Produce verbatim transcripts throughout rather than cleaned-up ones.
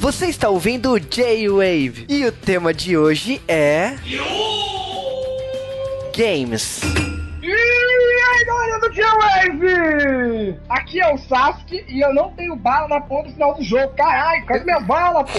Você está ouvindo o J-Wave e o tema de hoje é... Games. E aí, galera do J-Wave! Aqui é o Sasuke e eu não tenho bala na ponta final do jogo. Caralho, cadê minha bala, pô?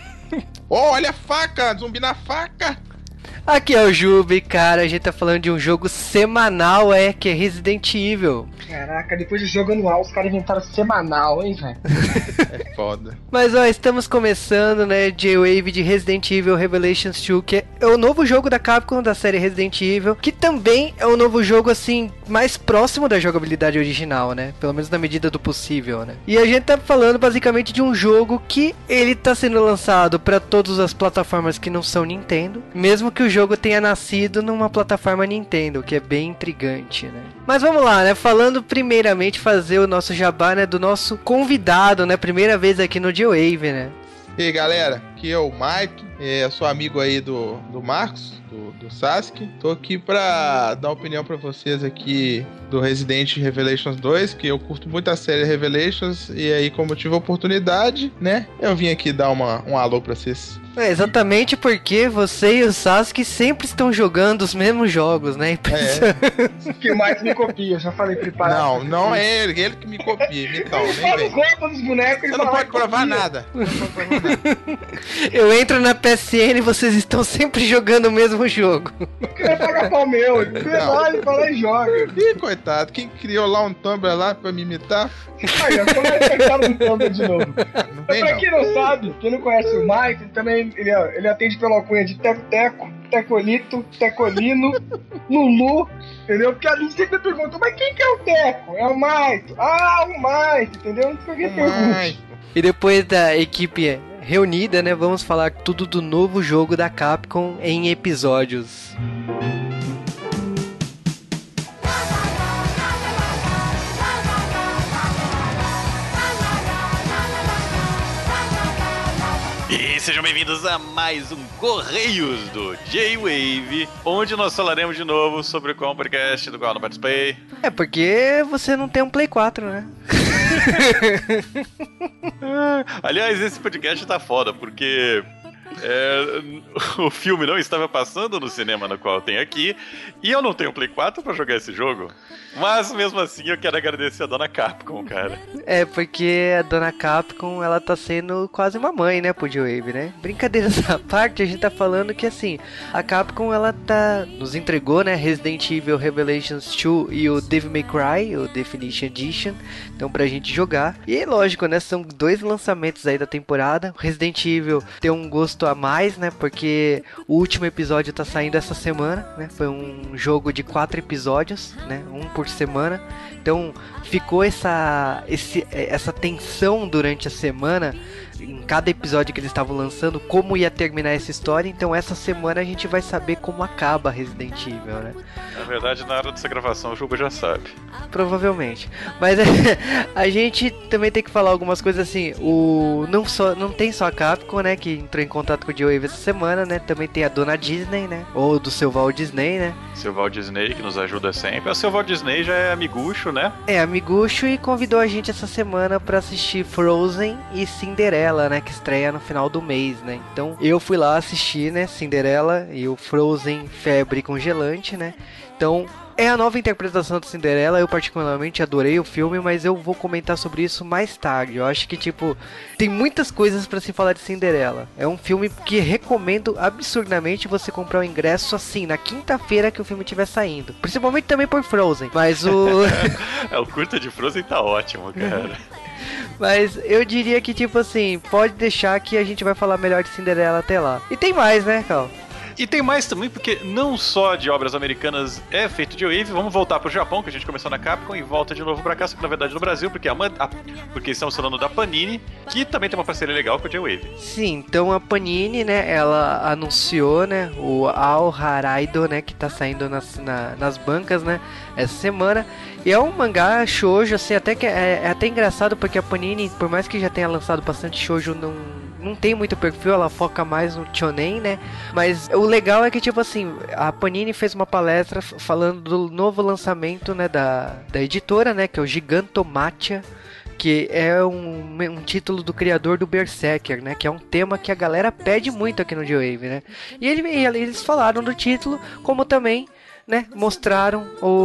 Oh, olha a faca, zumbi na faca. Aqui é o Jubi, cara, a gente tá falando de um jogo semanal, é, que é Resident Evil. Caraca, depois de jogo anual, os caras inventaram semanal, hein, velho? É foda. Mas, ó, estamos começando, né, J-Wave de Resident Evil Revelations dois, que é o novo jogo da Capcom da série Resident Evil, que também é um novo jogo, assim, mais próximo da jogabilidade original, né? Pelo menos na medida do possível, né? E a gente tá falando, basicamente, de um jogo que ele tá sendo lançado pra todas as plataformas que não são Nintendo, mesmo que o jogo tenha nascido numa plataforma Nintendo, que é bem intrigante, né? Mas vamos lá, né? Falando primeiramente, fazer o nosso jabá, né? Do nosso convidado, né? Primeira vez aqui no J-Wave, né? E aí, galera, aqui é o Mike, eu sou amigo aí do, do Marcos, do, do Sasuke. Tô aqui pra dar opinião pra vocês aqui do Resident Revelations dois, que eu curto muito a série Revelations, e aí, como eu tive a oportunidade, né, eu vim aqui dar uma, um alô pra vocês. É, exatamente porque você e o Sasuke sempre estão jogando os mesmos jogos, né? É. Que mais me copia, já falei preparado. Não, não é ele, ele que me copia, então, ele nem vem. Conta dos bonecos, Você não pode provar nada. Você não pode provar nada. Eu entro na P S N e vocês estão sempre jogando o mesmo jogo. Eu queria pagar pau meu, ele vai lá e joga. Ih, coitado, quem criou lá um Tumblr lá pra me imitar? Aí, eu tô mais acertado no Tumblr de novo. Não Mas vem, pra não. quem não sabe, quem não conhece o Mike, ele também ele, ele atende pela alcunha de Teco-Teco, Tecolito, Tecolino, Lulu, entendeu? Porque a gente sempre pergunta, mas quem que é o Teco? É o Mike. Ah, o Mike, entendeu? Não sei o que pergunta. E depois da equipe reunida, né, vamos falar tudo do novo jogo da Capcom em episódios. E sejam bem-vindos a mais um Correios do J-Wave, onde nós falaremos de novo sobre qual podcast do qual eu não participei. É porque você não tem um Play quatro, né? Aliás, esse podcast tá foda, porque é, o filme não estava passando no cinema no qual eu tenho aqui, e eu não tenho Play quatro pra jogar esse jogo. Mas mesmo assim eu quero agradecer a dona Capcom, cara. É, porque a dona Capcom, ela tá sendo quase uma mãe, né, pro J-Wave, né? Brincadeiras à parte, a gente tá falando que, assim, a Capcom, ela tá... nos entregou, né, Resident Evil Revelations dois e o Devil May Cry, o Definition Edition, então pra gente jogar. E lógico, né, são dois lançamentos aí da temporada. O Resident Evil tem um gosto a mais, né, porque o último episódio tá saindo essa semana, né? Foi um jogo de quatro episódios, né, um por semana, então ficou essa, esse, essa tensão durante a semana, em cada episódio que eles estavam lançando, como ia terminar essa história. Então essa semana a gente vai saber como acaba Resident Evil, né? Na verdade, na hora dessa gravação o jogo já sabe. Provavelmente. Mas a gente também tem que falar algumas coisas assim. O não só não tem só a Capcom, né, que entrou em contato com o J-Wave essa semana, né? Também tem a dona Disney, né? Ou do seu Walt Disney, né? Seu Walt Disney, que nos ajuda sempre. O seu Walt Disney já é amigucho, né? É, amigucho, e convidou a gente essa semana pra assistir Frozen e Cinderela, né? Que estreia no final do mês, né? Então eu fui lá assistir, né? Cinderela e o Frozen Febre Congelante, né? Então é a nova interpretação de Cinderela. Eu particularmente adorei o filme, mas eu vou comentar sobre isso mais tarde. Eu acho que, tipo, tem muitas coisas pra se falar de Cinderela. É um filme que recomendo absurdamente você comprar o ingresso assim, na quinta-feira que o filme estiver saindo. Principalmente também por Frozen. Mas o... é, o curta de Frozen tá ótimo, cara. Mas eu diria que, tipo assim, pode deixar que a gente vai falar melhor de Cinderela até lá. E tem mais, né, Cal? E tem mais também, porque não só de obras americanas é feito de J-Wave. Vamos voltar pro Japão, que a gente começou na Capcom, e volta de novo pra cá, só que na verdade no Brasil, porque, a, a, porque estamos falando da Panini, que também tem uma parceria legal com a J-Wave. Sim, então a Panini, né, ela anunciou, né, o Ao Haraido, né, que tá saindo nas, na, nas bancas, né, essa semana. E é um mangá shoujo, assim, até que é, é até engraçado, porque a Panini, por mais que já tenha lançado bastante shoujo, não... não tem muito perfil, ela foca mais no shonen, né? Mas o legal é que, tipo assim, a Panini fez uma palestra falando do novo lançamento, né, da, da editora, né, que é o Gigantomatia, que é um, um título do criador do Berserker, né? Que é um tema que a galera pede muito aqui no J-Wave, né? E ele, eles falaram do título, como também, né, mostraram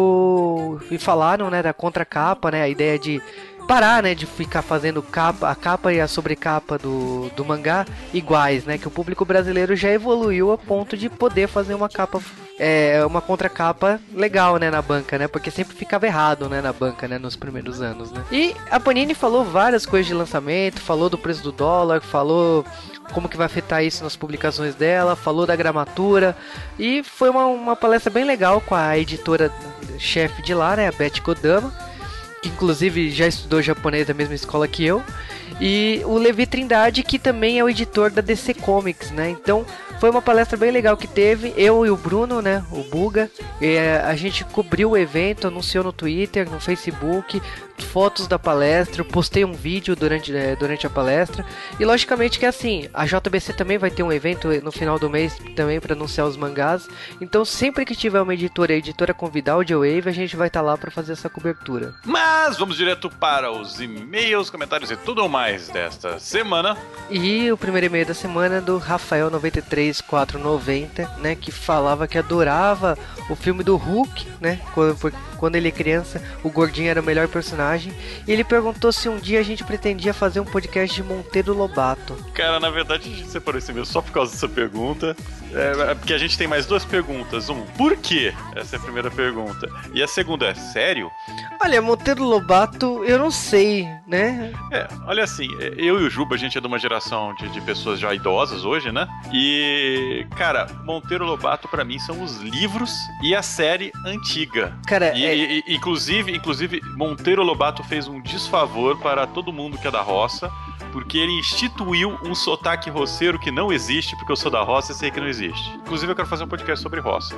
o, e falaram, né, da contracapa, né? A ideia de parar, né, de ficar fazendo capa, a capa e a sobrecapa do, do mangá iguais, né, que o público brasileiro já evoluiu a ponto de poder fazer uma capa, é, uma contracapa legal, né, na banca, né, porque sempre ficava errado, né, na banca, né, nos primeiros anos, né. E a Panini falou várias coisas de lançamento, falou do preço do dólar, falou como que vai afetar isso nas publicações dela, falou da gramatura, e foi uma, uma palestra bem legal com a editora chefe de lá, né, a Beth Kodama, que inclusive já estudou japonês da mesma escola que eu, e o Levi Trindade, que também é o editor da D C Comics, né? Então foi uma palestra bem legal que teve, eu e o Bruno, né, o Buga, é, a gente cobriu o evento, anunciou no Twitter, no Facebook, fotos da palestra, eu postei um vídeo durante, é, durante a palestra, e logicamente que assim, a J B C também vai ter um evento no final do mês também para anunciar os mangás, então sempre que tiver uma editora e a editora convidar o J-Wave, a gente vai estar tá lá para fazer essa cobertura. Mas vamos direto para os e-mails, comentários e tudo mais desta semana. E o primeiro e-mail da semana é do Rafael noventa e três quatrocentos e noventa, né, que falava que adorava o filme do Hulk, né, quando, quando ele é criança, o gordinho era o melhor personagem, e ele perguntou se um dia a gente pretendia fazer um podcast de Monteiro Lobato. Cara, na verdade a gente separou esse e-mail só por causa dessa pergunta, é, porque a gente tem mais duas perguntas. Um, por quê? Essa é a primeira pergunta. E a segunda é, sério? Olha, Monteiro Lobato, eu não sei, né? É, olha assim, eu e o Juba, a gente é de uma geração de, de pessoas já idosas hoje, né? E, cara, Monteiro Lobato pra mim são os livros e a série antiga. Cara, e, é... e, inclusive, inclusive, Monteiro Lobato fez um desfavor para todo mundo que é da roça, porque ele instituiu um sotaque roceiro que não existe, porque eu sou da roça e sei que não existe. Inclusive, eu quero fazer um podcast sobre roça.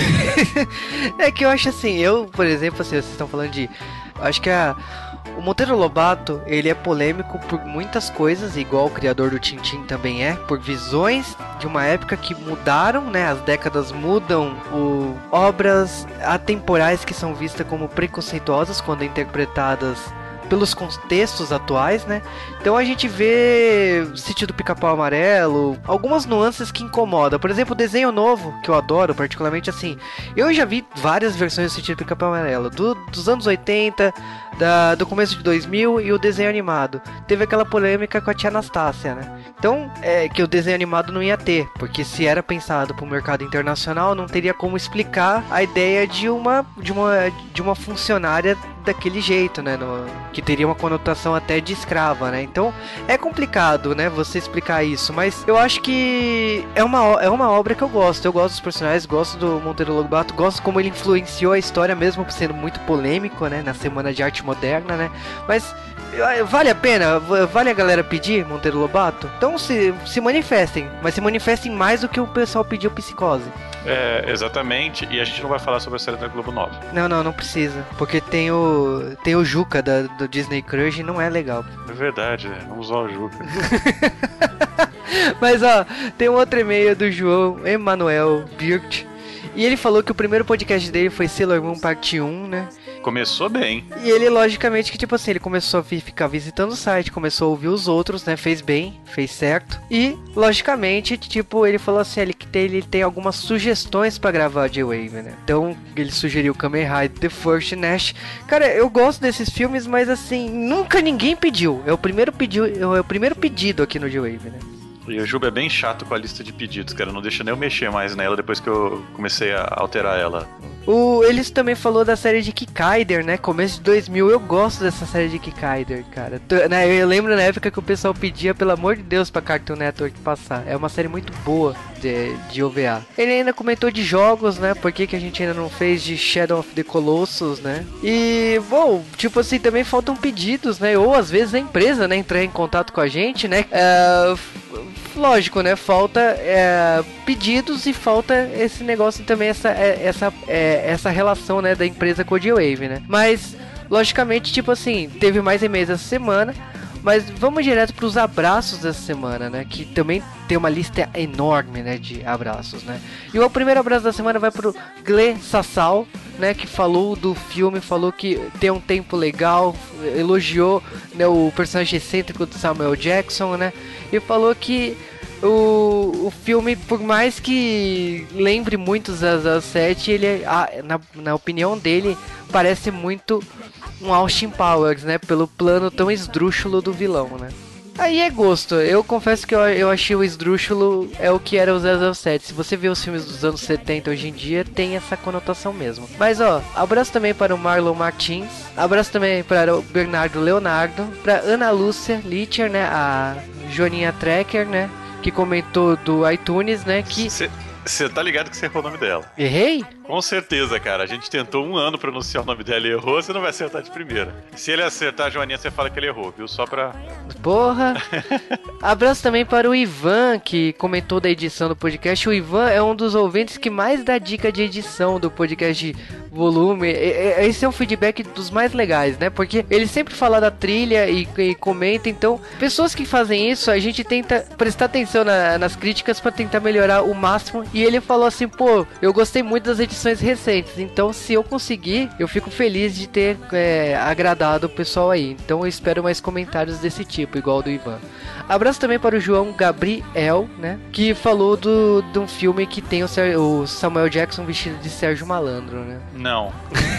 É que eu acho assim, eu, por exemplo, assim, vocês estão falando de... Acho que a... O Monteiro Lobato, ele é polêmico por muitas coisas, igual o criador do Tintin também é, por visões de uma época que mudaram, né? As décadas mudam, o... obras atemporais que são vistas como preconceituosas quando interpretadas pelos contextos atuais, né? Então a gente vê Sítio do Pica-Pau Amarelo, algumas nuances que incomodam. Por exemplo, o desenho novo, que eu adoro, particularmente assim. Eu já vi várias versões do Sítio do Pica-Pau Amarelo, do, dos anos oitenta, da, do começo de dois mil e o desenho animado. Teve aquela polêmica com a tia Anastácia, né? Então, é que o desenho animado não ia ter, porque se era pensado para o mercado internacional, não teria como explicar a ideia de uma, de uma, de uma funcionária daquele jeito, né? No, que teria uma conotação até de escrava, né? Então é complicado, né? Você explicar isso, mas eu acho que é uma, é uma obra que eu gosto. Eu gosto dos personagens, gosto do Monteiro Lobato, gosto como ele influenciou a história, mesmo sendo muito polêmico, né? Na Semana de Arte Moderna, né? Mas vale a pena? Vale a galera pedir Monteiro Lobato? Então se, se manifestem, mas se manifestem mais do que o pessoal pediu Psicose. É, exatamente, e a gente não vai falar sobre a série da Globo nove. Não, não, não precisa, porque tem o tem o Juca da, do Disney Crush e não é legal. É verdade, né? Vamos usar o Juca. Mas ó, tem um outro e-mail do João Emanuel Birch, e ele falou que o primeiro podcast dele foi Sailor Moon parte um, né? Começou bem. E ele, logicamente, que tipo assim, ele começou a ficar visitando o site, começou a ouvir os outros, né? Fez bem, fez certo. E, logicamente, tipo, ele falou assim, ele, ele tem algumas sugestões pra gravar J-Wave, né? Então, ele sugeriu Kamen Rider The First Nash. Cara, eu gosto desses filmes, mas assim, nunca ninguém pediu. É o primeiro, pedido, é o primeiro pedido aqui no J-Wave, né? E o Juba é bem chato com a lista de pedidos, cara. Não deixa nem eu mexer mais nela depois que eu comecei a alterar ela. O, eles também falou da série de Kikaider, né? Começo de dois mil, eu gosto dessa série de Kikaider, cara. T- né, eu lembro na época que o pessoal pedia, pelo amor de Deus, pra Cartoon Network passar. É uma série muito boa de, de O V A. Ele ainda comentou de jogos, né? Por que, que a gente ainda não fez de Shadow of the Colossus, né? E, bom, tipo assim, também faltam pedidos, né? Ou às vezes a empresa, né? Entrar em contato com a gente, né? É... Lógico, né? Falta é, pedidos e falta esse negócio também, essa, essa, é, essa relação, né, da empresa com o J-Wave, né? Mas, logicamente, tipo assim, teve mais e-mails essa semana, mas vamos direto para os abraços dessa semana, né? Que também tem uma lista enorme, né, de abraços, né? E o primeiro abraço da semana vai pro Gle Sassal, né, que falou do filme, falou que tem um tempo legal, elogiou, né, o personagem excêntrico do Samuel Jackson, né, e falou que o, o filme, por mais que lembre muito zero zero sete, ele, a, na, na opinião dele, parece muito um Austin Powers, né, pelo plano tão esdrúxulo do vilão, né. Aí é gosto, eu confesso que eu, eu achei o esdrúxulo é o que era o zero zero sete. Se você vê os filmes dos anos setenta hoje em dia, tem essa conotação mesmo. Mas ó, abraço também para o Marlon Martins, abraço também para o Bernardo Leonardo, para Ana Lúcia Litcher, né, a Joaninha Trekker, né, que comentou do iTunes, né, que... Você tá ligado que você errou o nome dela? Errei? Com certeza, cara. A gente tentou um ano pra pronunciar o nome dela e errou, você não vai acertar de primeira. Se ele acertar, Joaninha, você fala que ele errou, viu? Só pra... Porra! Abraço também para o Ivan, que comentou da edição do podcast. O Ivan é um dos ouvintes que mais dá dica de edição do podcast de volume. Esse é um feedback dos mais legais, né? Porque ele sempre fala da trilha e, e comenta. Então, pessoas que fazem isso, a gente tenta prestar atenção na, nas críticas pra tentar melhorar o máximo. E ele falou assim, pô, eu gostei muito das edições recentes, então se eu conseguir, eu fico feliz de ter é, agradado o pessoal aí. Então eu espero mais comentários desse tipo, igual o do Ivan. Abraço também para o João Gabriel, né, que falou do, de um filme que tem o, o Samuel Jackson vestido de Sérgio Malandro, né. Não.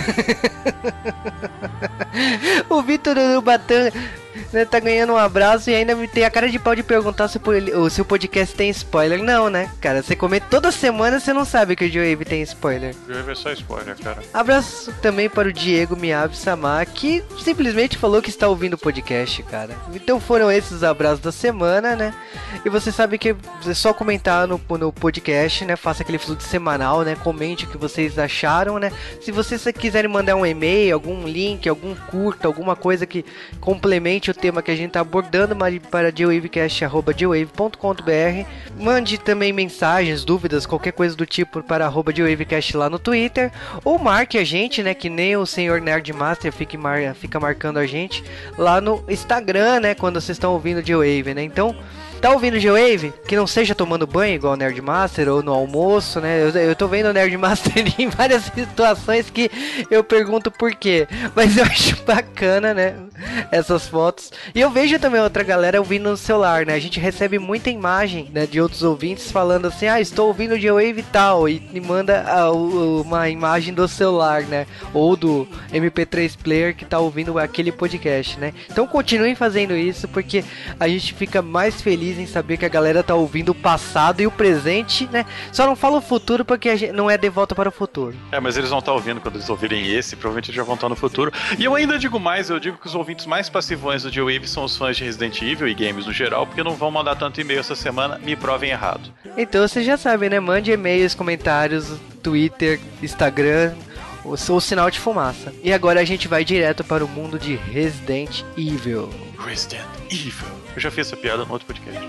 O Vitor Urubatã, né, tá ganhando um abraço e ainda me tem a cara de pau de perguntar se o, se o podcast tem spoiler. Não, né, cara? Você comenta toda semana, você não sabe que o Joe tem spoiler. O Joe é só spoiler, cara. Abraço também para o Diego Miyabi Samar, que simplesmente falou que está ouvindo o podcast, cara. Então foram esses os abraços da semana, né? E você sabe que é só comentar no, no podcast, né? Faça aquele fluxo semanal, né? Comente o que vocês acharam, né? Se vocês quiserem mandar um e-mail, algum link, algum curta, alguma coisa que complemente o tema que a gente tá abordando, mande para j wave cast arroba j wave ponto com ponto b r. Mande também mensagens, dúvidas, qualquer coisa do tipo para arroba j wave cast lá no Twitter, ou marque a gente, né, que nem o senhor Nerdmaster fica, mar... fica marcando a gente lá no Instagram, né, quando vocês estão ouvindo J-Wave, né. Então, tá ouvindo J-Wave? Que não seja tomando banho igual o Nerdmaster ou no almoço, né? Eu, eu tô vendo o Nerdmaster em várias situações que eu pergunto por quê. Mas eu acho bacana, né? Essas fotos. E eu vejo também outra galera ouvindo no celular, né? A gente recebe muita imagem, né, de outros ouvintes falando assim, ah, estou ouvindo o J-Wave e tal. E me manda ah, o, uma imagem do celular, né? Ou do M P três player que tá ouvindo aquele podcast, né? Então continuem fazendo isso porque a gente fica mais feliz em saber que a galera tá ouvindo o passado e o presente, né? Só não fala o futuro porque a gente não é de volta para o futuro. É, mas eles vão estar ouvindo quando eles ouvirem esse, provavelmente eles já vão estar no futuro. E eu ainda digo mais, eu digo que os ouvintes mais passivões do J-Wave são os fãs de Resident Evil e games no geral, porque não vão mandar tanto e-mail essa semana, me provem errado. Então vocês já sabem, né? Mande e-mails, comentários, Twitter, Instagram, o seu sinal de fumaça. E agora a gente vai direto para o mundo de Resident Evil. Resident Evil. Eu já fiz essa piada no outro podcast.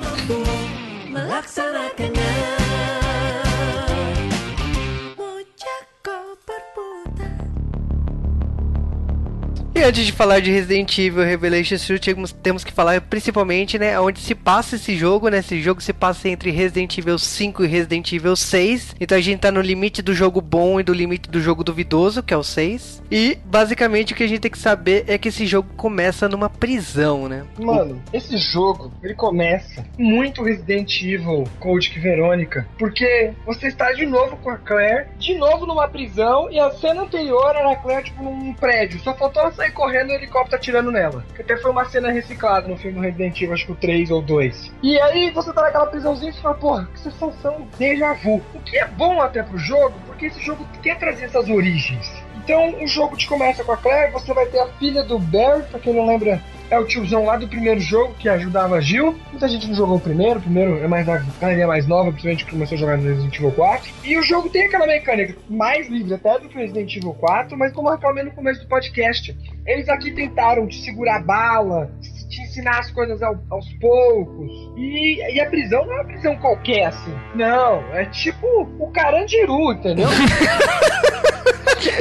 E antes de falar de Resident Evil Revelations temos, temos que falar principalmente, né, onde se passa esse jogo, né, esse jogo se passa entre Resident Evil cinco e Resident Evil seis, então a gente tá no limite do jogo bom e do limite do jogo duvidoso, que é o seis, e basicamente o que a gente tem que saber é que esse jogo começa numa prisão, né. Mano, esse jogo, ele começa muito Resident Evil Code Verônica, porque você está de novo com a Claire, de novo numa prisão, e a cena anterior era a Claire, tipo, num prédio, só faltou ela sair correndo e o helicóptero atirando nela. Que até foi uma cena reciclada no filme Resident Evil, acho que o três ou dois. E aí você tá naquela prisãozinha e fala, porra, que sensação déjà vu. O que é bom até pro jogo, porque esse jogo quer trazer essas origens. Então o jogo te começa com a Claire, você vai ter a filha do Barry, pra quem não lembra, é o tiozão lá do primeiro jogo que ajudava a Jill. Muita gente não jogou o primeiro, o primeiro é mais, a é mais nova, principalmente que começou a jogar no Resident Evil quatro. E o jogo tem aquela mecânica mais livre até do que o Resident Evil quatro, mas como eu reclamei no começo do podcast, eles aqui tentaram te segurar a bala, te ensinar as coisas ao, aos poucos. E, e a prisão não é uma prisão qualquer, assim. Não, é tipo o Carandiru, entendeu?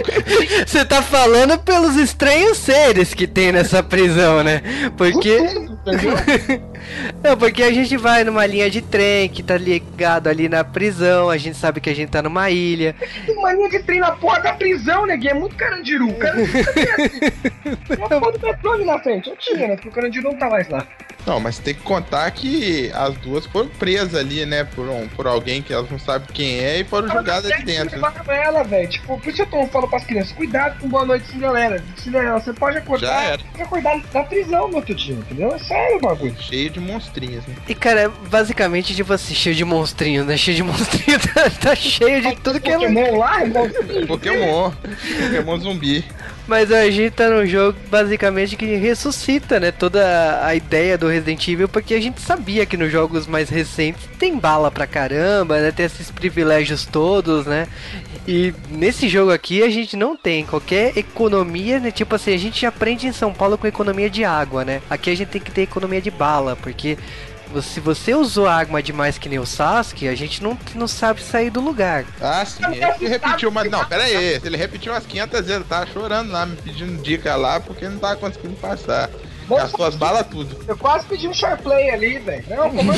Você tá falando pelos estranhos seres que tem nessa prisão, né? Porque entendeu? Não, porque a gente vai numa linha de trem que tá ligado ali na prisão, a gente sabe que a gente tá numa ilha. Tem uma linha de trem na porra da prisão, neguinho, é muito carandiru. O cara não assim. Tem a porra do metrô ali na frente. Eu tinha, né? Porque o carandiru não tá mais lá. Não, mas tem que contar que as duas foram presas ali, né? Por, um, por alguém que elas não sabem quem é e foram jogadas ali dentro. Né? Ela, velho. Tipo, por isso eu falo pras crianças: cuidado com Boa Noite, Cinderela. Cinderela, você pode acordar, pode acordar da prisão no outro dia, entendeu? É sério o bagulho. Cheio de monstrinhos, né? E cara, basicamente, tipo assim, cheio de monstrinhos, né? Cheio de monstrinhos, tá, tá cheio de tudo que é. Pokémon lá, monstrinho. Pokémon. Pokémon zumbi. Mas a gente tá num jogo basicamente que ressuscita, né, toda a ideia do Resident Evil, porque a gente sabia que nos jogos mais recentes tem bala pra caramba, né, tem esses privilégios todos, né, e nesse jogo aqui a gente não tem qualquer economia, né, tipo assim, a gente aprende em São Paulo com economia de água, né, aqui a gente tem que ter economia de bala, porque se você usou água demais que nem o Sasuke, a gente não, não sabe sair do lugar. Ah, sim, ele repetiu, mas não, pera aí, ele repetiu umas quinhentas vezes, tava chorando lá, me pedindo dica lá, porque não tava conseguindo passar. Gastou as balas tudo. Eu quase pedi um share play ali, velho. Não, como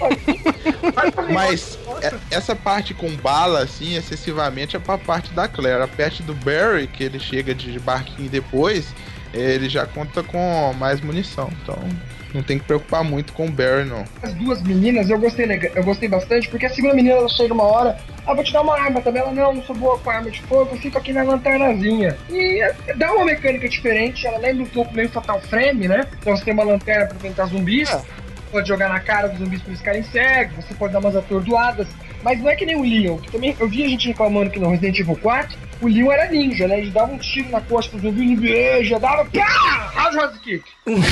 Mas essa parte com bala, assim, excessivamente, é pra parte da Claire. A parte do Barry, que ele chega de barquinho depois, ele já conta com mais munição, então não tem que preocupar muito com o Barry, não. As duas meninas, eu gostei, eu gostei bastante, porque a segunda menina, ela chega uma hora, ah, vou te dar uma arma também. Ela, não, não sou boa com arma de fogo, eu fico aqui na lanternazinha. E dá uma mecânica diferente, ela lembra um pouco meio Fatal Frame, né? Então você tem uma lanterna pra enfrentar zumbis, ah. pode jogar na cara dos zumbis pra eles ficarem cegos, você pode dar umas atordoadas, mas não é que nem o Leon, que também, eu vi a gente reclamando que no Resident Evil quatro, o Leon era ninja, né? Ele dava um tiro na costa do zumbi, ele já dava, pá, House Kick.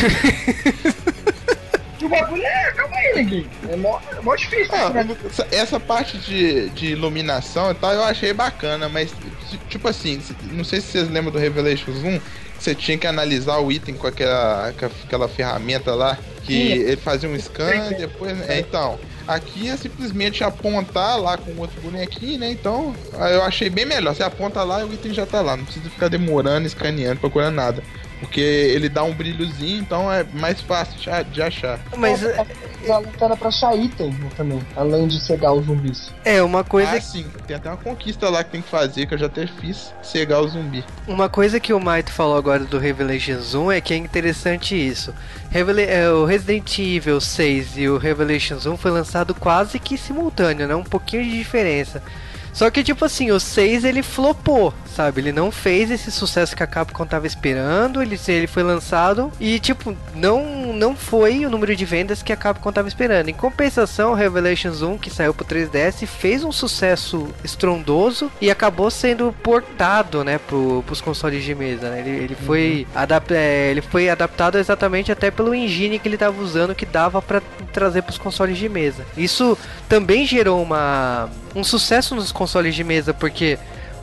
E o bagulho é, calma aí, neguinho. É mó, é mó difícil. Ah, né? essa, essa parte de, de iluminação e tal, eu achei bacana, mas tipo assim, não sei se vocês lembram do Revelations um, você tinha que analisar o item com aquela, com aquela ferramenta lá, que Sim. ele fazia um scan e depois... É, então, aqui é simplesmente apontar lá com o outro bonequinho, né? Então, eu achei bem melhor. Você aponta lá e o item já tá lá, não precisa ficar demorando, escaneando, procurando nada. Porque ele dá um brilhozinho, então é mais fácil de achar. Mas a lanterna pra achar item também, além de cegar os zumbis. É, uma coisa... Ah, sim. Tem até uma conquista lá que tem que fazer, que eu já até fiz, cegar o zumbi. Uma coisa que o Maito falou agora do Revelations um é que é interessante isso. Revela- é, o Resident Evil seis e o Revelations um foi lançado quase que simultâneo, né? Um pouquinho de diferença. Só que, tipo assim, o seis ele flopou, sabe? Ele não fez esse sucesso que a Capcom tava esperando, ele, ele foi lançado e, tipo, não, não foi o número de vendas que a Capcom tava esperando. Em compensação, o Revelations um, que saiu pro três D S, fez um sucesso estrondoso e acabou sendo portado, né, pro, pros consoles de mesa, né? Ele, ele, uhum. foi adap- é, ele foi adaptado exatamente até pelo engine que ele tava usando, que dava pra trazer pros consoles de mesa. Isso também gerou uma... um sucesso nos consoles de mesa, porque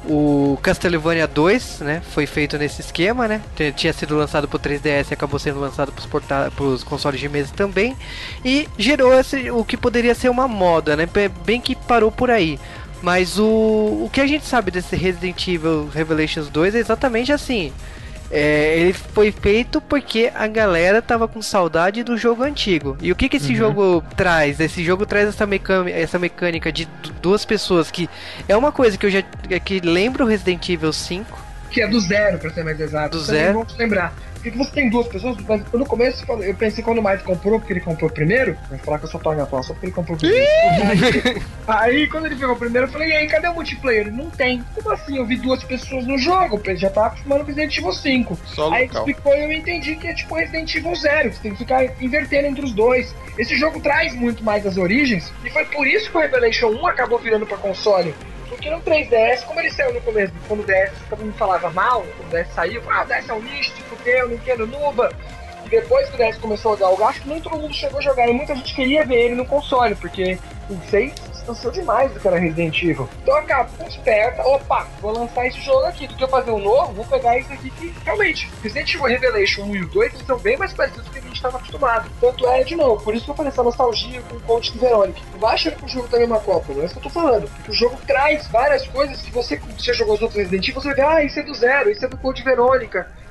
o Castlevania dois, né, foi feito nesse esquema, né, tinha sido lançado pro três D S e acabou sendo lançado pros, porta- pros consoles de mesa também, e gerou esse, o que poderia ser uma moda, né, bem que parou por aí. Mas o, o que a gente sabe desse Resident Evil Revelations dois é exatamente assim. É, ele foi feito porque a galera tava com saudade do jogo antigo. E o que que esse uhum. jogo traz? Esse jogo traz essa mecânica, essa mecânica de duas pessoas, que é uma coisa que eu já que lembra o Resident Evil cinco. Que é do zero, pra ser mais exato. Do zero. Vamos lembrar. Porque você tem duas pessoas, mas no começo eu pensei quando o Mike comprou, porque ele comprou primeiro, vou falar que eu só tô a só porque ele comprou primeiro. aí, aí quando ele pegou primeiro, eu falei, e aí, cadê o multiplayer? Não tem. Como assim? Eu vi duas pessoas no jogo, ele já tava acostumado com Resident Evil cinco. Só aí local. Explicou e eu entendi que é tipo Resident Evil zero, que você tem que ficar invertendo entre os dois. Esse jogo traz muito mais as origens, e foi por isso que o Revelation um acabou virando pra console. Porque no três D S, como ele saiu no começo, quando o D S, todo mundo falava mal, quando o D S saiu, ah, o D S é um lixo, se fudeu, Nintendo nuba. E depois que o D S começou a dar o gasto, nem todo mundo chegou a jogar, e muita gente queria ver ele no console, porque o seis distanciou demais do que era Resident Evil. Então a Capcom esperta, opa, vou lançar esse jogo aqui, do que eu fazer um novo, vou pegar isso aqui que, realmente, Resident Evil Revelation um e o dois, eles são bem mais parecidos do que a gente estava acostumado. Tanto é, de novo, por isso que eu falei essa nostalgia com o Code de Verônica. Não vai achar que o jogo também é uma cópia, não é isso que eu tô falando. Porque o jogo traz várias coisas que você, você jogou os outros Resident Evil, você vai ver, ah, isso é do zero, isso é do Code Verônica.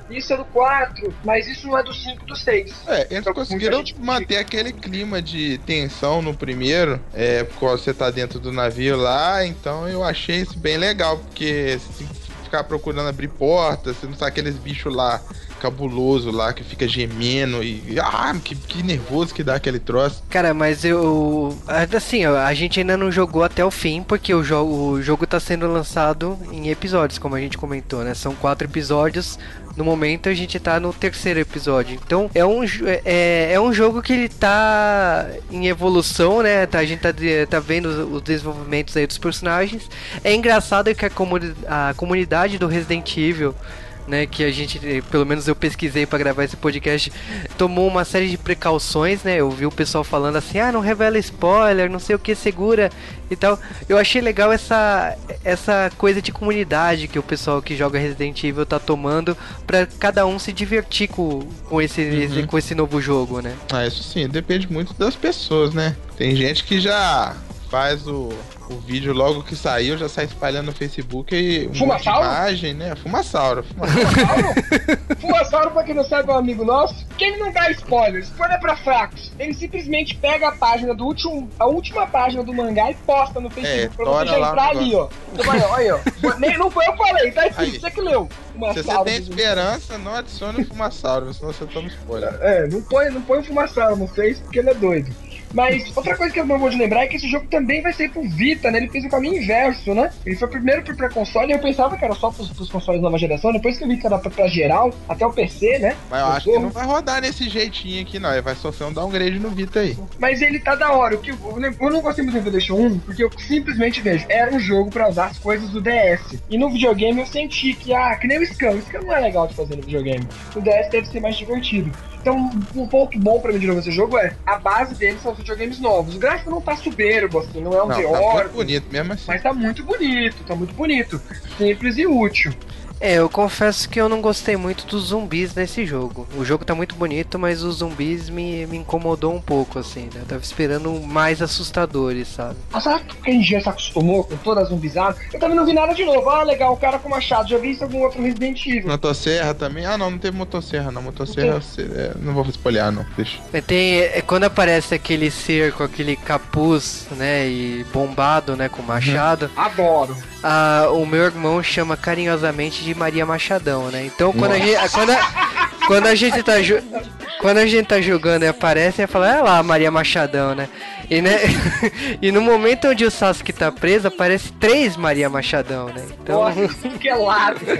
isso é do quatro, mas isso não é do cinco, do seis. É, eles Então, conseguiram muita gente manter aquele clima de tensão no primeiro, é, porque você tá dentro do navio lá, então eu achei isso bem legal, porque você tem que ficar procurando abrir portas, você não sabe aqueles bichos lá cabuloso lá que fica gemendo e ah, que, que nervoso que dá aquele troço. Cara, mas eu assim, a gente ainda não jogou até o fim porque o jogo, o jogo tá sendo lançado em episódios, como a gente comentou, né? São quatro episódios. No momento a gente tá no terceiro episódio. Então é um, é, é um jogo que ele tá em evolução, né? Tá, a gente tá, tá vendo os desenvolvimentos aí dos personagens. É engraçado que a, comuni a comunidade do Resident Evil, né, que a gente, pelo menos eu pesquisei pra gravar esse podcast, tomou uma série de precauções, né? Eu vi o pessoal falando assim, ah, não revela spoiler, não sei o que, segura e tal. Eu achei legal essa, essa coisa de comunidade que o pessoal que joga Resident Evil tá tomando pra cada um se divertir com, com, esse, Uhum. esse, com esse novo jogo, né? Ah, isso sim, depende muito das pessoas, né? Tem gente que já faz o, o vídeo logo que saiu, já sai espalhando no Facebook e uma Fumasauro? imagem, né? Fumasauro. Fumasauro. Fumasauro? Fumasauro, pra quem não sabe, é um amigo nosso. Quem não dá spoiler? Spoiler é pra fracos. Ele simplesmente pega a página do último, a última página do mangá e posta no Facebook É, pra você já tora lá entrar o ali, ó. Então, vai, ó, aí, ó. Nem, não foi eu que falei, tá escrito, Aí. você que leu. Se você Fumasauro. tem esperança, não adicione o Fumasauro, senão você toma spoiler. É, não põe, não põe o Fumasauro no Face porque ele é doido. Mas outra coisa que eu não vou de lembrar é que esse jogo também vai sair pro Vita, né? Ele fez o caminho inverso, né? Ele foi primeiro pro pra console e eu pensava que era só pros, pros consoles nova geração. Depois que eu vi que era pra, pra geral, até o P C, né? Mas eu acho que não vai rodar nesse jeitinho aqui, não. Ele vai sofrer um downgrade no Vita aí. Mas ele tá da hora. O que eu, eu não gostei muito do Revelation um, porque eu simplesmente vejo, era um jogo pra usar as coisas do D S. E no videogame eu senti que, ah, que nem o Scam. O Scam não é legal de fazer no videogame. No D S deve ser mais divertido. Então, um ponto bom pra mim de novo esse jogo é, a base dele são os videogames novos. O gráfico não tá soberbo, assim, não é um Não, The tá muito Order, bonito mesmo assim. mas tá muito bonito, tá muito bonito. Simples e útil. É, eu confesso que eu não gostei muito dos zumbis nesse jogo. O jogo tá muito bonito, mas os zumbis me, me incomodou um pouco, assim, né? Eu tava esperando mais assustadores, sabe? Mas será que a gente já se acostumou com toda a zumbizada? Eu também não vi nada de novo. Ah, legal, o cara com machado. Já vi isso em algum outro Resident Evil. Motosserra também? Ah, não, não teve motosserra, não. Motosserra, você, é, não vou espalhar, não. Deixa. É, Tem, é, quando aparece aquele ser com aquele capuz, né, e bombado, né, com machado, Adoro. a, o meu irmão chama carinhosamente de Maria Machadão, né? Então quando a gente, quando a, quando a gente tá jo- quando a gente tá jogando e aparece, ele fala, é lá, Maria Machadão, né? E, né? E no momento onde o Sasuke tá preso, aparece três Maria Machadão, né? Então, Nossa, que é lado, velho.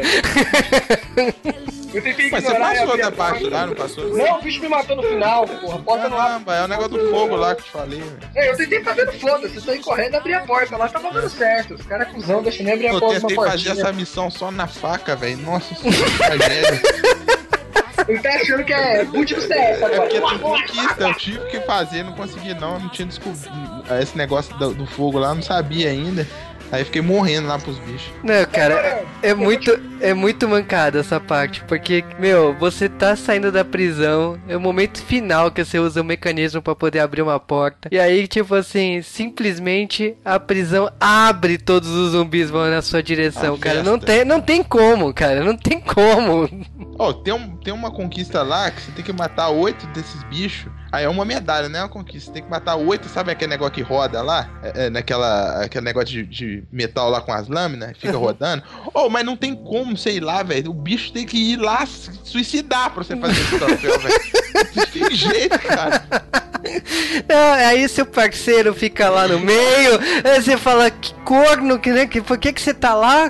Eu tentei Mas você ignorar e passou abrir da a parte porta. lá, não passou? Não, o bicho me matou no final, porra. A porta não abre. Caramba, é o negócio do fogo lá que eu te falei, velho. É, eu tentei fazer no foda-se, eu saí correndo e abri a porta lá, tava dando certo. Os caras cuzão, deixa eu nem abrir a Eu porta de tentei uma fazer portinha. essa missão só na faca, velho. Nossa, isso é tragédia. Ele tá achando que é boot do C S É agora. porque tem conquista, eu tive que fazer, não consegui não, não tinha descoberto esse negócio do, do fogo lá, não sabia ainda. Aí fiquei morrendo lá pros bichos. não, cara, é, é muito é muito mancada essa parte, porque, meu, você tá saindo da prisão, é o momento final que você usa o mecanismo pra poder abrir uma porta. E aí, tipo assim, simplesmente a prisão abre, todos os zumbis vão na sua direção, A cara. festa. Não tem, não tem como, cara, não tem como. Ó, tem, um, tem uma conquista lá que você tem que matar oito desses bichos. Aí é uma medalha, não é uma conquista. Você tem que matar oito, sabe aquele negócio que roda lá? É, é, naquela, aquele negócio de, de metal lá com as lâminas, fica rodando. Oh, mas não tem como você ir lá, velho. O bicho tem que ir lá se suicidar pra você fazer esse troféu, velho. Não tem jeito, cara. Não, aí seu parceiro fica lá no meio, aí você fala, que corno, que, né, que, por que que você tá lá?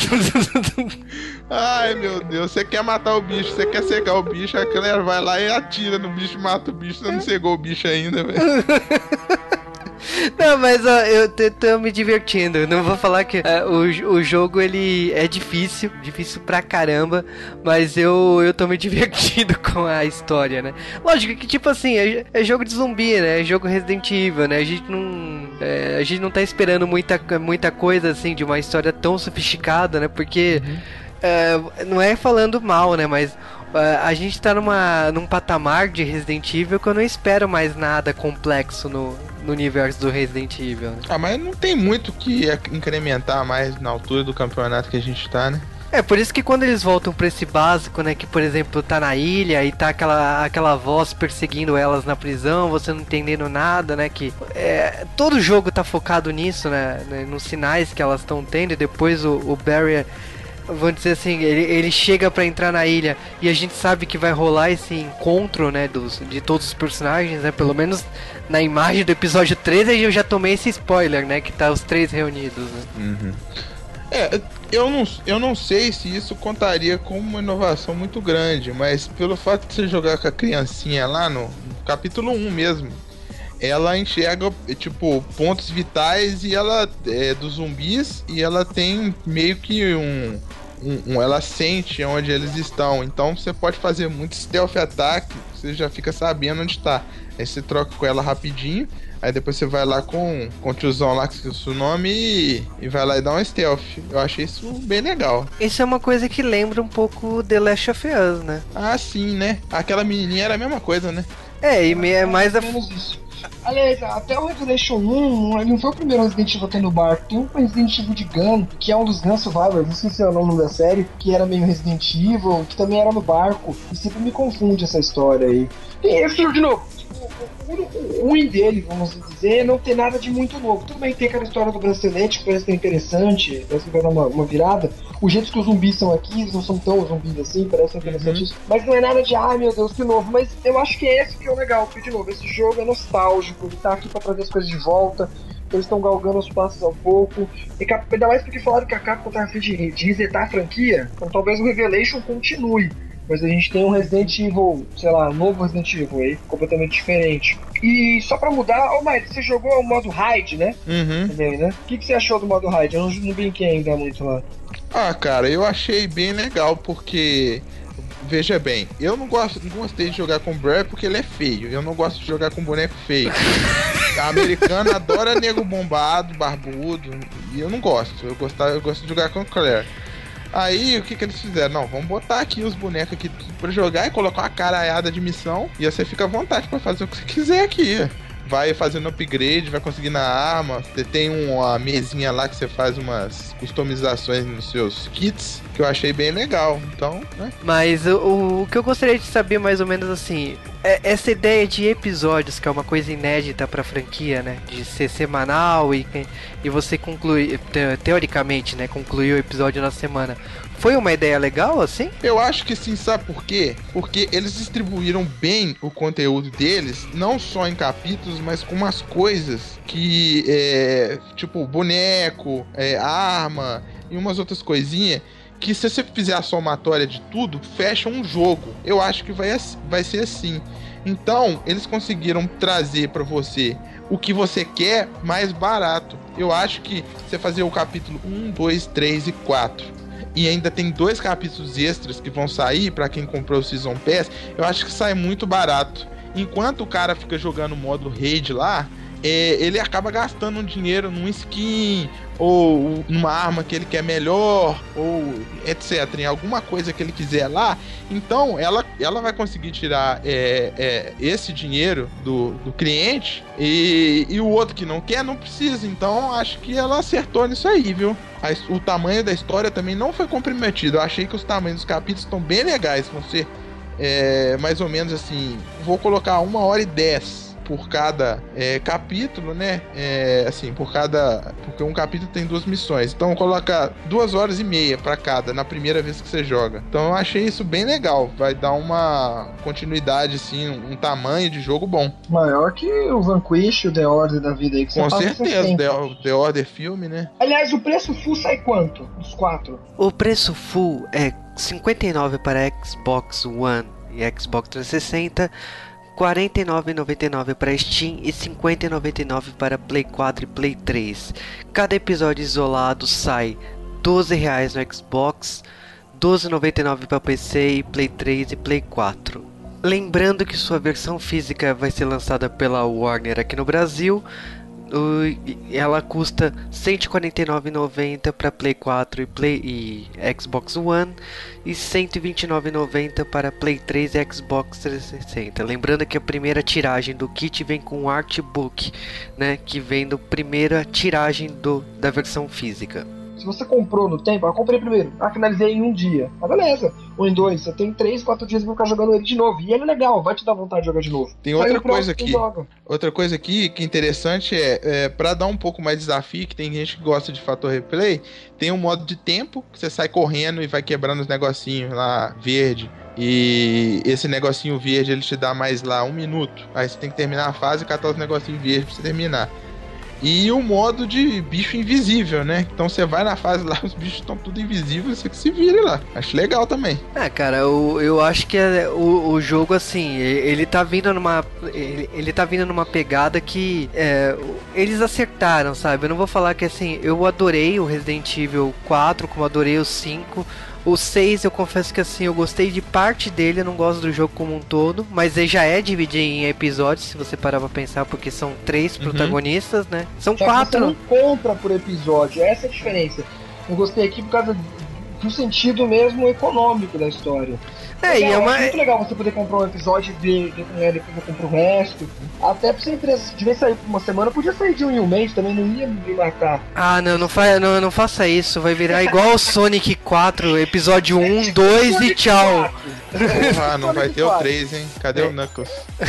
Ai, meu Deus, você quer matar o bicho, você quer cegar o bicho, a galera vai lá e atira no bicho, mata o bicho, você não cegou o bicho ainda, velho. Não, mas ó, eu tô, tô me divertindo. Não vou falar que é, o, o jogo ele é difícil, difícil pra caramba, mas eu, eu tô me divertindo com a história, né? Lógico que, tipo assim, é, é jogo de zumbi, né? É jogo Resident Evil, né? A gente não, é, a gente não tá esperando muita, muita coisa assim de uma história tão sofisticada, né? Porque é, não é falando mal, né? Mas Uh, a gente tá numa, num patamar de Resident Evil que eu não espero mais nada complexo no, no universo do Resident Evil, né? Ah, mas não tem muito o que incrementar mais na altura do campeonato que a gente tá, né? É, por isso que quando eles voltam pra esse básico, né, que por exemplo tá na ilha e tá aquela, aquela voz perseguindo elas na prisão, você não entendendo nada, né, que é, todo jogo tá focado nisso, né, né nos sinais que elas estão tendo, e depois o, o Barry, vamos dizer assim, ele, ele chega pra entrar na ilha e a gente sabe que vai rolar esse encontro, né, dos, de todos os personagens, né, pelo menos na imagem do episódio treze eu já tomei esse spoiler, né, que tá os três reunidos, né. Uhum. É, eu não, eu não sei se isso contaria como uma inovação muito grande, mas pelo fato de você jogar com a criancinha lá no, no capítulo um mesmo, ela enxerga, tipo, pontos vitais e ela é dos zumbis e ela tem meio que um, um, um ela sente onde eles estão, então você pode fazer muito stealth attack, você já fica sabendo onde tá. Aí você troca com ela rapidinho. Aí depois você vai lá com, com o tiozão lá, que esqueci o nome, e, e vai lá e dá um stealth. Eu achei isso bem legal. Isso é uma coisa que lembra um pouco The Last of Us, né? Ah, sim, né? Aquela menininha era a mesma coisa, né? É, e me- é mais a... menos isso. Aliás, até o Revelation um, ele não foi o primeiro Resident Evil tendo barco. Tem um Resident Evil de Gun, que é um dos Gun Survivors, não sei se é o nome da série, que era meio Resident Evil, que também era no barco. E sempre me confunde essa história aí. E esse jogo, de novo, o único ruim dele, vamos dizer, é não ter nada de muito novo. Tudo bem, tem aquela história do bracelete que parece que é interessante, parece que vai dar uma, uma virada. O jeito que os zumbis são aqui, eles não são tão zumbis assim, parece interessante isso. Mas não é nada de, ai meu Deus, que novo. Mas eu acho que é esse que é o legal, porque, de novo, esse jogo é nostálgico, ele tá aqui pra trazer as coisas de volta. Eles estão galgando os passos ao pouco. E cap- ainda mais porque falaram que a Capcom tá a fim de, de resetar a franquia, então talvez o Revelation continue. Mas a gente tem um Resident Evil, sei lá, um novo Resident Evil aí, completamente diferente. E só pra mudar, ô oh, Mike, você jogou o modo Raid, né? Uhum. Também, né? O que, que você achou do modo Raid? Eu não, não brinquei ainda muito lá. Ah, cara, eu achei bem legal, porque... Veja bem, eu não, gosto, não gostei de jogar com o Barry porque ele é feio. Eu não gosto de jogar com boneco feio. A americana adora nego bombado, barbudo, e eu não gosto. Eu, gostava, eu gosto de jogar com o Claire. Aí, o que que eles fizeram? Não, vamos botar aqui os bonecos aqui pra jogar e colocar uma caraiada de missão. E você fica à vontade pra fazer o que você quiser aqui. Vai fazendo upgrade, vai conseguindo a arma. Você tem uma mesinha lá que você faz umas customizações nos seus kits, que eu achei bem legal. Então, né? Mas o, o que eu gostaria de saber mais ou menos assim, é essa ideia de episódios, que é uma coisa inédita pra franquia, né? De ser semanal e, e você concluir, te, teoricamente, né? Concluir o episódio na semana. Foi uma ideia legal, assim? Eu acho que sim, sabe por quê? Porque eles distribuíram bem o conteúdo deles, não só em capítulos, mas com umas coisas que, é, tipo, boneco, é, arma e umas outras coisinhas, que se você fizer a somatória de tudo, fecha um jogo. Eu acho que vai, vai ser assim. Então, eles conseguiram trazer pra você o que você quer mais barato. Eu acho que você fazer o capítulo um, dois, três e quatro... e ainda tem dois capítulos extras que vão sair pra quem comprou o Season Pass, eu acho que sai muito barato. Enquanto o cara fica jogando o modo raid lá, é, ele acaba gastando um dinheiro num skin, ou numa arma que ele quer melhor, ou etc, em alguma coisa que ele quiser lá. Então ela, ela vai conseguir tirar é, é, esse dinheiro do, do cliente, e, e o outro que não quer não precisa. Então acho que ela acertou nisso aí, viu? A, o tamanho da história também não foi comprometido. Eu achei que os tamanhos dos capítulos estão bem legais, vão ser é, mais ou menos assim, vou colocar uma hora e dez por cada é, capítulo, né? É, assim, por cada... Porque um capítulo tem duas missões. Então coloca duas horas e meia pra cada, na primeira vez que você joga. Então eu achei isso bem legal. Vai dar uma continuidade, assim, um, um tamanho de jogo bom. Maior que o Vanquish, o The Order da vida aí. Que Com você certeza, The, The Order filme, né? Aliás, o preço full sai quanto? Dos quatro? O preço full é cinquenta e nove para Xbox One e Xbox trezentos e sessenta, quarenta e nove reais e noventa e nove centavos para Steam e cinquenta reais e noventa e nove centavos para Play quatro e Play três. Cada episódio isolado sai doze reais no Xbox, doze reais e noventa e nove centavos para P C e Play três e Play quatro. Lembrando que sua versão física vai ser lançada pela Warner aqui no Brasil. Ela custa cento e quarenta e nove reais e noventa centavos para Play quatro e, Play, e Xbox One e cento e vinte e nove reais e noventa centavos para Play três e Xbox trezentos e sessenta. Lembrando que a primeira tiragem do kit vem com um artbook, né, que vem da primeira tiragem do, da versão física. Se você comprou no tempo, eu comprei primeiro, ah, finalizei em um dia. Ah, beleza. Ou em dois, você tem três, quatro dias pra ficar jogando ele de novo. E ele é legal, vai te dar vontade de jogar de novo. Tem outra coisa aqui. Outra coisa aqui que é interessante é, é pra dar um pouco mais de desafio, que tem gente que gosta de fator replay, tem um modo de tempo, que você sai correndo e vai quebrando os negocinhos lá, verde. E esse negocinho verde, ele te dá mais lá um minuto. Aí você tem que terminar a fase e catar os negocinhos verdes pra você terminar. E o modo de bicho invisível, né? Então você vai na fase lá, os bichos estão tudo invisíveis, você que se vire lá. Acho legal também. É, cara, eu, eu acho que é, o, o jogo, assim, ele tá vindo numa. Ele, ele tá vindo numa pegada que é, eles acertaram, sabe? Eu não vou falar que assim, eu adorei o Resident Evil quatro, como adorei o cinco. O seis, eu confesso que assim, eu gostei de parte dele, eu não gosto do jogo como um todo, mas ele já é dividido em episódios, se você parar pra pensar, porque são três uhum. protagonistas, né? São Só quatro. Que você não compra por episódio, essa é a diferença. Eu gostei aqui por causa do sentido mesmo econômico da história. É, legal, e é uma... muito legal você poder comprar um episódio e ver, ver como é, depois eu compro o resto. Até pra sua empresa, se tiver sair por uma semana, podia sair de um em um mês, também não ia me matar. Ah, não, não, fa não, não faça isso, vai virar igual o Sonic quatro, episódio um, dois e tchau. Ah, não vai ter o três, hein? Cadê é. o Knuckles?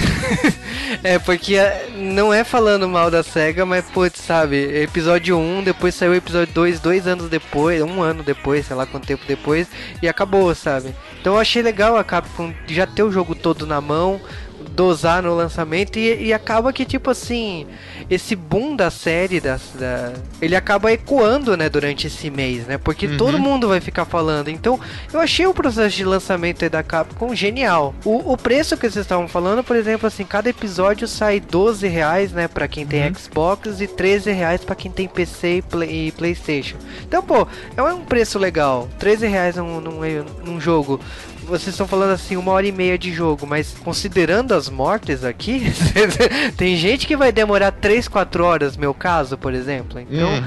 É, porque não é falando mal da SEGA, mas, putz, sabe, episódio um, depois saiu o episódio dois, dois anos depois, um ano depois, sei lá quanto tempo depois, e acabou, sabe? Então eu achei legal a Capcom já ter o jogo todo na mão, dosar no lançamento e, e acaba que, tipo assim, esse boom da série, da, da, ele acaba ecoando, né, durante esse mês, né, porque uhum. todo mundo vai ficar falando. Então, eu achei o processo de lançamento aí da Capcom genial. O, o preço que vocês estavam falando, por exemplo, assim, cada episódio sai doze reais, né, pra quem tem uhum. Xbox e treze reais pra quem tem P C e, Play, e Playstation. Então, pô, é um preço legal, treze reais num, num, num jogo. Vocês estão falando assim, uma hora e meia de jogo, mas considerando as mortes aqui, tem gente que vai demorar três, quatro horas, meu caso, por exemplo. Então, hum.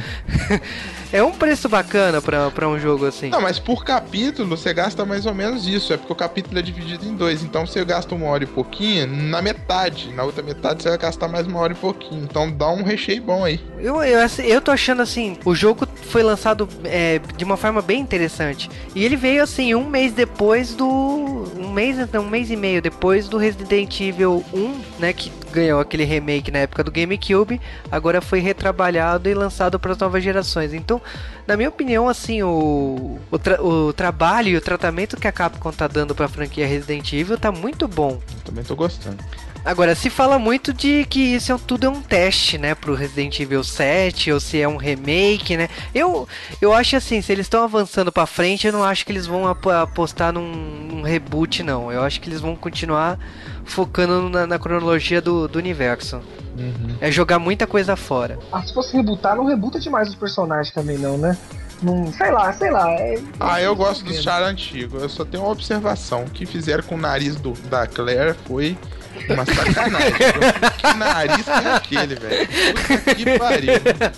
é um preço bacana pra, pra um jogo assim. Não, mas por capítulo você gasta mais ou menos isso, é porque o capítulo é dividido em dois, então você gasta uma hora e pouquinho na metade, na outra metade você vai gastar mais uma hora e pouquinho, então dá um recheio bom aí. Eu, eu, eu tô achando assim, o jogo foi lançado é, de uma forma bem interessante, e ele veio assim, um mês depois do um mês, então um mês e meio depois do Resident Evil um, né, que ganhou aquele remake na época do GameCube, agora foi retrabalhado e lançado para as novas gerações. Então, na minha opinião, assim, o, o, tra o trabalho e o tratamento que a Capcom tá dando para a franquia Resident Evil tá muito bom. Eu também tô gostando. Agora, se fala muito de que isso é, tudo é um teste, né, pro Resident Evil sete, ou se é um remake, né. Eu, eu acho assim, se eles estão avançando pra frente, eu não acho que eles vão ap apostar num, num reboot, não. Eu acho que eles vão continuar focando na, na cronologia do, do universo. Uhum. É jogar muita coisa fora. Ah, se fosse rebootar, não rebuta demais os personagens também não, né? Não, sei lá, sei lá. É, ah, eu gosto do Char antigo. Eu só tenho uma observação. O que fizeram com o nariz do, da Claire foi uma sacanagem. Que nariz que é aquele, velho? Puta que pariu.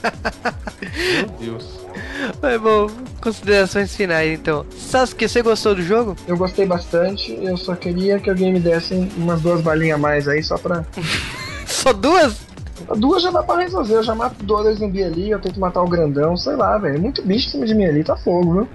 Meu Deus. Mas bom, considerações finais então. Sasuke, você gostou do jogo? Eu gostei bastante. Eu só queria que alguém me desse umas duas balinhas a mais aí, só pra... Só duas? Duas já dá pra resolver, eu já mato dois zumbis ali, eu tento matar o grandão, sei lá, velho. Muito bicho em cima de mim ali, tá fogo, viu?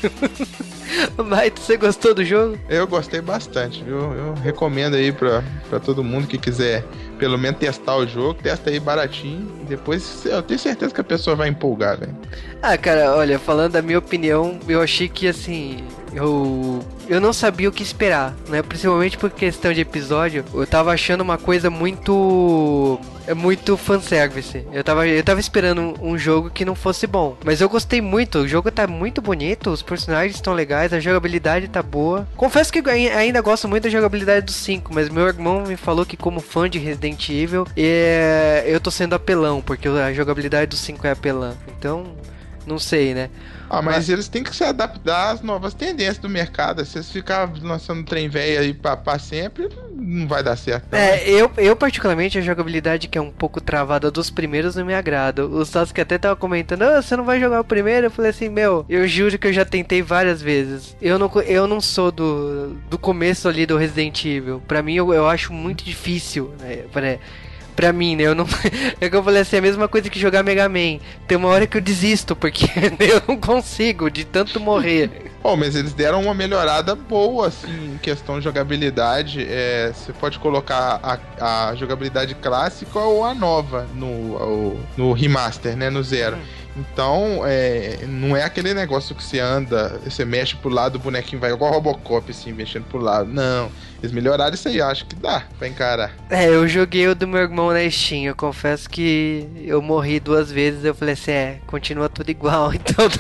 Mas você gostou do jogo? Eu gostei bastante, viu? Eu recomendo aí pra, pra todo mundo que quiser pelo menos testar o jogo, testa aí baratinho. Depois eu tenho certeza que a pessoa vai empolgar, velho. Ah, cara, olha, falando da minha opinião, eu achei que assim, eu eu não sabia o que esperar, né? Principalmente por questão de episódio, eu tava achando uma coisa muito é muito fanservice. Eu tava, eu tava esperando um, um jogo que não fosse bom. Mas eu gostei muito, o jogo tá muito bonito, os personagens estão legais, a jogabilidade tá boa. Confesso que ainda gosto muito da jogabilidade do cinco, mas meu irmão me falou que como fã de Resident Evil, é, eu tô sendo apelão, porque a jogabilidade do cinco é apelão. Então, não sei, né? Ah, mas, mas eles têm que se adaptar às novas tendências do mercado. Se eles ficarem lançando trem velho aí pra, pra sempre, não vai dar certo. Não. É, eu, eu particularmente, a jogabilidade que é um pouco travada dos primeiros não me agrada. O Sasuke até tava comentando, ah, você não vai jogar o primeiro? Eu falei assim, meu, eu juro que eu já tentei várias vezes. Eu não, eu não sou do, do começo ali do Resident Evil. Pra mim, eu, eu acho muito difícil, né? Pra, Pra mim, né? Eu não. É que eu falei assim, a mesma coisa que jogar Mega Man. Tem uma hora que eu desisto, porque eu não consigo de tanto morrer. Bom, mas eles deram uma melhorada boa, assim, em questão de jogabilidade. É, você pode colocar a, a jogabilidade clássica ou a nova no, o, no remaster, né? No zero. Então, é, não é aquele negócio que você anda, você mexe pro lado, o bonequinho vai igual Robocop, assim, mexendo pro lado. Não, eles melhoraram isso aí, acho que dá pra encarar. É, eu joguei o do meu irmão na Steam, eu confesso que eu morri duas vezes, eu falei assim, é, continua tudo igual, então...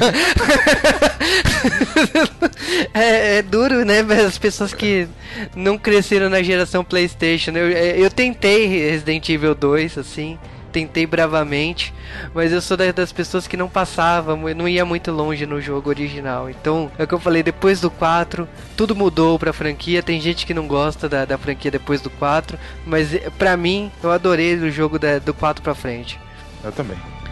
é, é duro, né, as pessoas que não cresceram na geração PlayStation, eu, eu tentei Resident Evil dois, assim... Tentei bravamente, mas eu sou das pessoas que não passava, não ia muito longe no jogo original. Então, é o que eu falei, depois do quatro, tudo mudou pra franquia. Tem gente que não gosta da, da franquia depois do quatro, mas pra mim, eu adorei o jogo da, do quatro pra frente. Eu também.